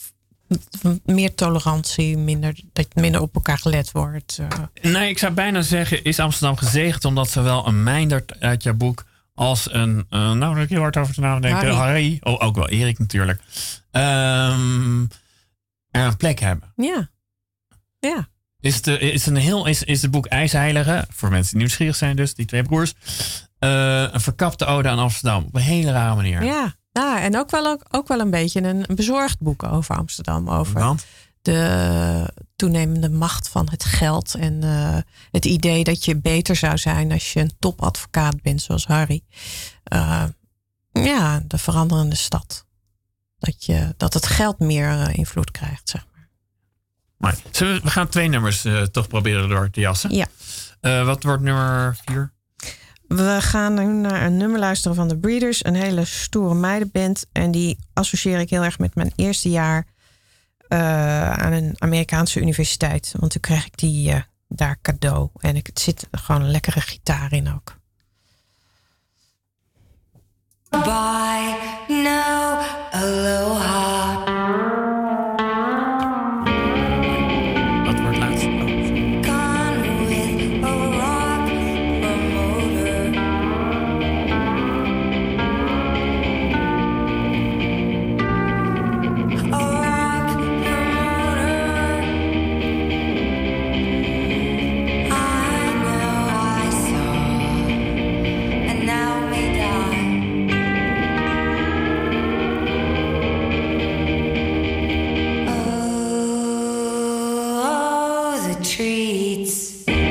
meer tolerantie, minder, dat minder op elkaar gelet wordt. Uh. Nee, ik zou bijna zeggen, is Amsterdam gezegend omdat zowel een Meindert uit jouw boek als een, uh, nou, daar heb ik heel hard over te nadenken, Harry, Harry oh, ook wel Erik natuurlijk, um, er een plek hebben. Ja, ja. Is het, is een heel, is, is het boek IJsheiligen, voor mensen die nieuwsgierig zijn dus, die twee broers, uh, een verkapte ode aan Amsterdam. Op een hele rare manier. Ja, nou, en ook wel, ook, ook wel een beetje een, een bezorgd boek over Amsterdam. Over Want? de toenemende macht van het geld. En uh, het idee dat je beter zou zijn als je een topadvocaat bent, zoals Harry. Uh, ja, de veranderende stad. Dat, je, dat het geld meer uh, invloed krijgt, zeg maar. Maar we, we gaan twee nummers uh, toch proberen door te jassen. Ja. Uh, wat wordt nummer vier? We gaan nu naar een nummer luisteren van The Breeders. Een hele stoere meidenband. En die associeer ik heel erg met mijn eerste jaar uh, aan een Amerikaanse universiteit. Want toen kreeg ik die uh, daar cadeau. En ik, het zit gewoon een lekkere gitaar in ook. Bye, no, aloha. Wat wordt laatst? Oh. Gone with a rock promoter. A rock promoter. I know I saw, and now may die. Treats.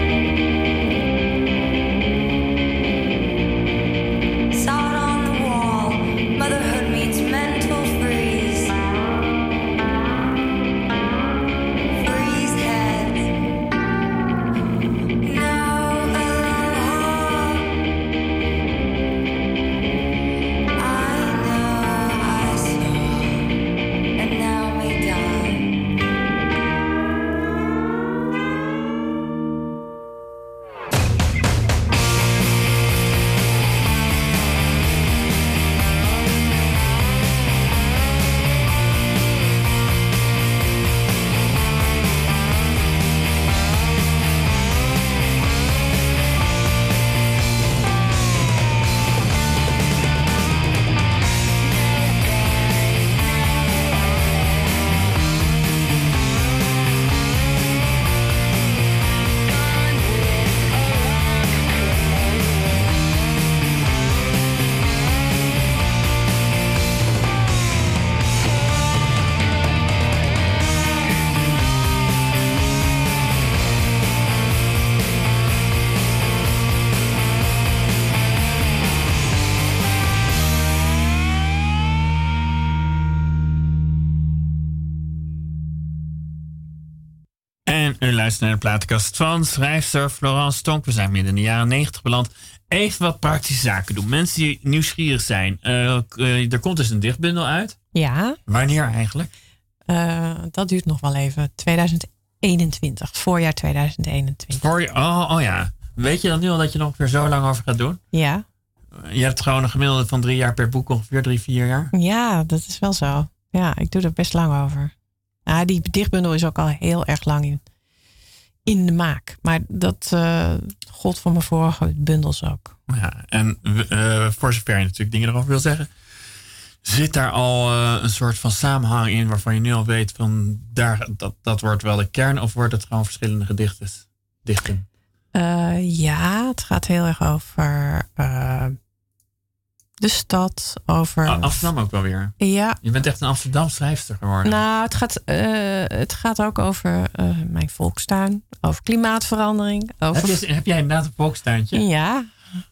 Saw it on the wall. Motherhood means mental freeze. Freeze heads. No aloha. I know I saw, and now may die. U luistert naar de platenkast van schrijfster Florence Tonk. We zijn midden in de jaren negentig beland. Even wat praktische zaken doen. Mensen die nieuwsgierig zijn. Uh, uh, er komt dus een dichtbundel uit. Ja. Wanneer eigenlijk? Uh, dat duurt nog wel even. tweeduizend eenentwintig. Voorjaar tweeduizend eenentwintig. Voor je, oh, oh ja. Weet je dan nu al dat je er ongeveer zo lang over gaat doen? Ja. Je hebt gewoon een gemiddelde van drie jaar per boek. Ongeveer drie, vier jaar. Ja, dat is wel zo. Ja, ik doe er best lang over. Ah, die dichtbundel is ook al heel erg lang in. in de maak. Maar dat uh, gold voor mijn vorige bundels ook. Ja, en uh, voor zover je natuurlijk dingen erover wil zeggen. Zit daar al uh, een soort van samenhang in waarvan je nu al weet van daar, dat, dat wordt wel de kern of wordt het gewoon verschillende gedichten? dichten? Uh, ja, het gaat heel erg over uh, de stad, over... Ah, Amsterdam ook wel weer. Ja. Je bent echt een Amsterdam schrijfster geworden. Nou, het gaat, uh, het gaat ook over uh, mijn volkstuin, over klimaatverandering. Over... Heb, je, heb jij inderdaad een volkstuintje? Ja.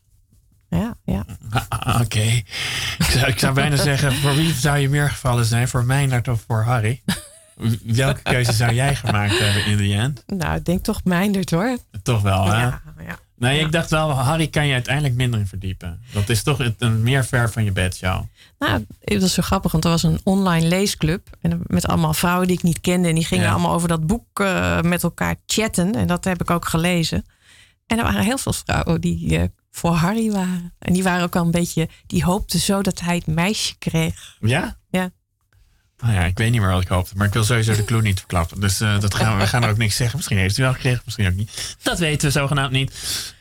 Ja, ja. Ah, Oké. Okay. Ik, zou, ik zou bijna zeggen, voor wie zou je meer gevallen zijn? Voor Meindert of voor Harry? Welke keuze zou jij gemaakt hebben in the end? Nou, ik denk toch Meindert hoor. Toch wel, hè? Ja, ja. Nee, ja. Ik dacht wel, Harry kan je uiteindelijk minder in verdiepen. Dat is toch een meer ver van je bedshow. Nou, het was zo grappig, want er was een online leesclub. En met allemaal vrouwen die ik niet kende. En die gingen ja. allemaal over dat boek uh, met elkaar chatten. En dat heb ik ook gelezen. En er waren heel veel vrouwen die uh, voor Harry waren. En die waren ook al een beetje, die hoopten zo dat hij het meisje kreeg. Ja? Ja. Nou ja, ik weet niet meer wat ik hoopte. Maar ik wil sowieso de clue niet verklappen. Dus uh, dat gaan we, we gaan er ook niks zeggen. Misschien heeft u wel gekregen, misschien ook niet. Dat weten we zogenaamd niet.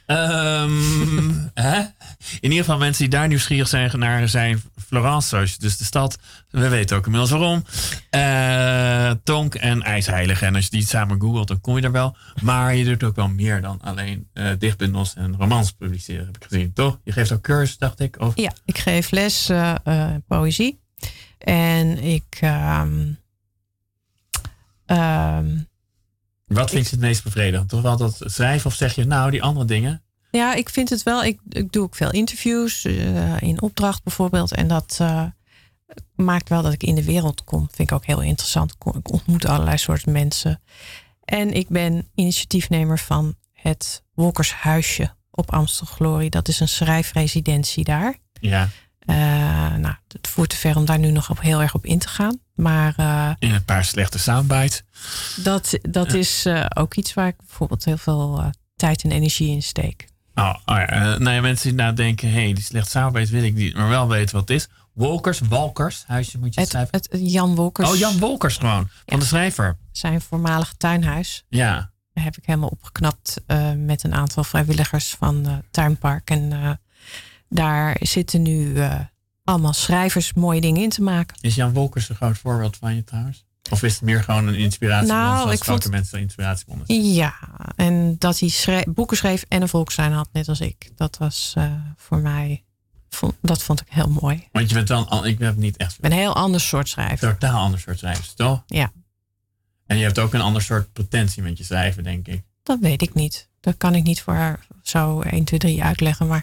Um, hè? In ieder geval mensen die daar nieuwsgierig zijn naar zijn Florence. Dus de stad. We weten ook inmiddels waarom. Uh, Tonk en IJsheilige. En als je die samen googelt, dan kom je er wel. Maar je doet ook wel meer dan alleen uh, dichtbundels en romans publiceren. Heb ik gezien, toch? Je geeft ook cursus, dacht ik? Of? Ja, ik geef les uh, uh, poëzie. En ik... Uh, ehm, Wat vind je het meest bevredigend? Toch wel dat schrijven of zeg je nou die andere dingen? Ja, ik vind het wel. Ik, ik doe ook veel interviews uh, in opdracht bijvoorbeeld. En dat uh, maakt wel dat ik in de wereld kom. Vind ik ook heel interessant. Ik ontmoet allerlei soorten mensen. En ik ben initiatiefnemer van het Wolkershuisje op Amstel Glorie. Dat is een schrijfresidentie daar. Ja. Uh, nou, het voert te ver om daar nu nog op heel erg op in te gaan. Maar uh, in een paar slechte soundbites. Dat, dat ja. is uh, ook iets waar ik bijvoorbeeld heel veel uh, tijd en energie in steek. Oh, oh ja. Uh, nou ja, mensen die nou denken, hé, hey, die slechte soundbites wil ik niet, maar wel weten wat het is. Wolkers, Walkers, huisje moet je het, het schrijven. Het Jan Wolkers. Oh, Jan Wolkers gewoon, van ja. de schrijver. Zijn voormalige tuinhuis. Ja. Daar heb ik helemaal opgeknapt uh, met een aantal vrijwilligers van uh, Tuinpark. En uh, daar zitten nu uh, allemaal schrijvers mooie dingen in te maken. Is Jan Wolkers een groot voorbeeld van je trouwens? Of is het meer gewoon een inspiratiebron? Nou, zoals ik grote vond... mensen een inspiratiebron is? Ja, en dat hij schreef, boeken schreef en een volkstuin had, net als ik. Dat was uh, voor mij, vond, dat vond ik heel mooi. Want je bent wel een, ik heb niet echt... Ik ben een heel ander soort schrijver. Totaal ander soort schrijver, toch? Ja. En je hebt ook een ander soort potentie met je schrijven, denk ik. Dat weet ik niet. Dat kan ik niet voor haar zo één, twee, drie uitleggen. Maar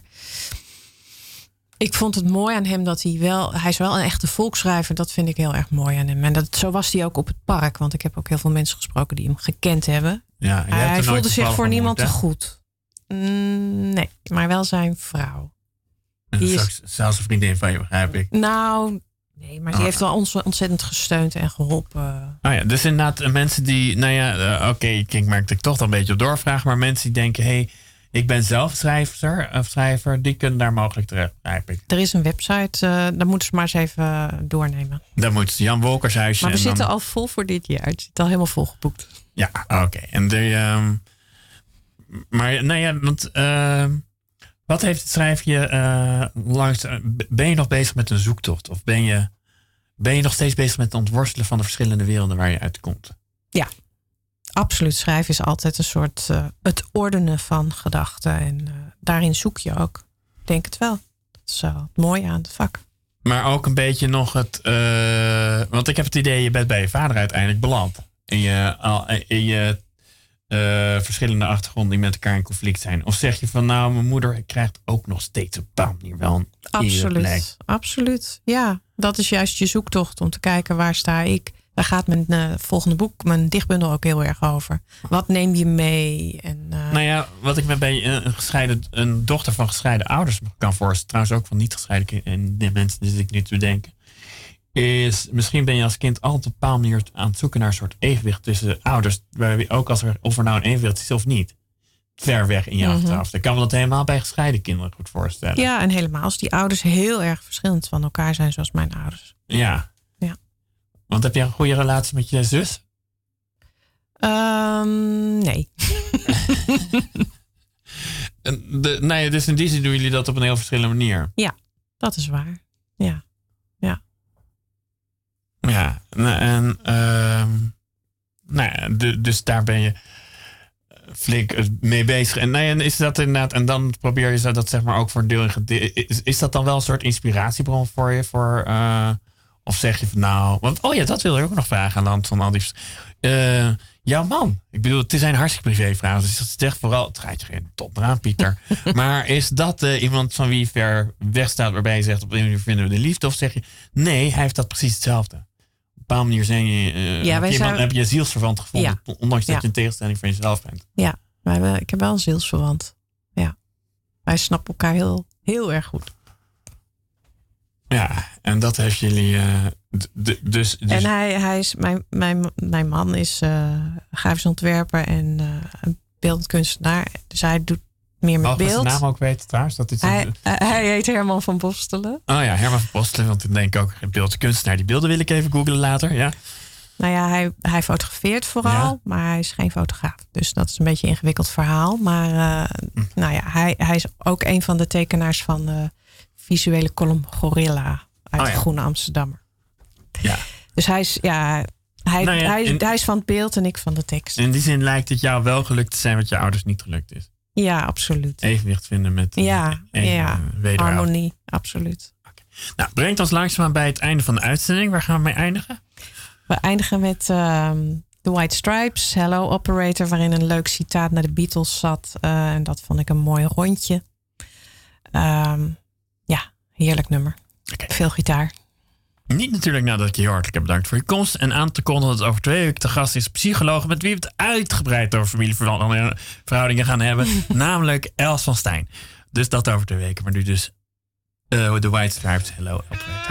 ik vond het mooi aan hem dat hij wel... Hij is wel een echte volksschrijver. Dat vind ik heel erg mooi aan hem. En dat, zo was hij ook op het park. Want ik heb ook heel veel mensen gesproken die hem gekend hebben. Ja, hij voelde zich voor niemand te goed. Mm, nee, maar wel zijn vrouw. En die is zelfs een vriendin van je, begrijp ik. Nou... Nee, maar die oh, heeft wel ons ontzettend gesteund en geholpen. Oh ja, dus inderdaad mensen die... Nou ja, uh, oké, okay, ik merk dat ik toch dan een beetje op doorvraag. Maar mensen die denken... hé, hey, ik ben zelf schrijver, of schrijver. Die kunnen daar mogelijk terecht, begrijp ik. Er is een website. Uh, daar moeten ze maar eens even doornemen. Dan moet Jan Wolkershuisje. Maar we zitten dan... al vol voor dit jaar. Het zit al helemaal vol geboekt. Ja, oké. Okay. En de... Um... Maar nou ja, want... Uh... Wat heeft het schrijfje uh, langs... Ben je nog bezig met een zoektocht? Of ben je, ben je nog steeds bezig met het ontworstelen van de verschillende werelden waar je uitkomt? Ja, absoluut. Schrijven is altijd een soort... Uh, het ordenen van gedachten. En uh, daarin zoek je ook. Ik denk het wel. Dat is uh, het mooie aan het vak. Maar ook een beetje nog het... Uh, want ik heb het idee, je bent bij je vader uiteindelijk beland. In je... In je Uh, verschillende achtergronden die met elkaar in conflict zijn. Of zeg je van nou, mijn moeder krijgt ook nog steeds op een bepaalde manier wel een Absoluut, absoluut. Ja, dat is juist je zoektocht om te kijken waar sta ik. Daar gaat mijn uh, volgende boek, mijn dichtbundel ook heel erg over. Wat neem je mee? En, uh... Nou ja, wat ik me bij een, gescheiden, een dochter van gescheiden ouders kan voorstellen, trouwens ook van niet gescheiden en de mensen die ik nu te bedenken, is misschien ben je als kind altijd op een bepaalde manier aan het zoeken naar een soort evenwicht tussen ouders. Ook als er, of er nou een evenwicht is of niet. Ver weg in je mm-hmm. achterhoofd. Ik kan me dat helemaal bij gescheiden kinderen goed voorstellen. Ja, en helemaal als die ouders heel erg verschillend van elkaar zijn zoals mijn ouders. Ja. ja. Want heb je een goede relatie met je zus? Um, nee. de, nee. Dus in die zin doen jullie dat op een heel verschillende manier. Ja, dat is waar. Ja. Ja. Ja, en uh, nou ja, de, dus daar ben je flink mee bezig. En, nou ja, is dat inderdaad, en dan probeer je dat zeg maar ook voor een deel. Is, is dat dan wel een soort inspiratiebron voor je? Voor, uh, of zeg je van nou, want oh ja, dat wil ik ook nog vragen aan de hand van al die. Uh, jouw man, ik bedoel, het zijn hartstikke privévragen. Dus dat zegt vooral, het gaat je geen top eraan, Pieter. Maar is dat uh, iemand van wie je ver weg staat, waarbij je zegt op een manier vinden we de liefde? Of zeg je nee, hij heeft dat precies hetzelfde? Op een bepaalde manier zijn je, uh, ja, heb, je zijn... man, heb je zielsverwant gevonden, ja. ondanks dat ja. je een tegenstelling van jezelf bent. Ja, wij hebben, ik heb wel een zielsverwant. Ja, wij snappen elkaar heel, heel erg goed. Ja, en dat heeft jullie. Uh, d- d- dus, dus. En hij, hij is, mijn, mijn, mijn man is uh, grafisch ontwerper en uh, een beeldend kunstenaar. Dus hij doet meer met Mag beeld. Mag ik zijn naam ook weten trouwens? Dat is hij, een, uh, hij heet Herman van Bostelen. Oh ja, Herman van Bostelen. Want ik denk ook een beeldend kunstenaar. Die beelden wil ik even googlen later. Ja. Nou ja, hij, hij fotografeert vooral, ja. maar hij is geen fotograaf. Dus dat is een beetje een ingewikkeld verhaal. Maar uh, hm. nou ja, hij, hij is ook een van de tekenaars van de visuele column Gorilla uit oh ja. de Groene Amsterdammer. Ja. Dus hij is, ja, hij, nou ja, hij, in, hij is van het beeld en ik van de tekst. In die zin lijkt het jou wel gelukt te zijn wat je ouders niet gelukt is. Ja, absoluut. Evenwicht vinden met ja, een, ja. Een harmonie, absoluut. Okay. Nou, brengt ons langzaam bij het einde van de uitzending. Waar gaan we mee eindigen? We eindigen met uh, The White Stripes, Hello Operator, waarin een leuk citaat naar de Beatles zat. Uh, en dat vond ik een mooi rondje. Um, ja, heerlijk nummer. Okay. Veel gitaar. Niet natuurlijk nadat ik je hartelijk heb bedankt voor je komst. En aan te kondigen dat over twee weken te gast is psycholoog met wie we het uitgebreid over familieverhoudingen gaan hebben. namelijk Els van Stijn. Dus dat over twee weken. Maar nu dus uh, The White Stripes, Hello Operator.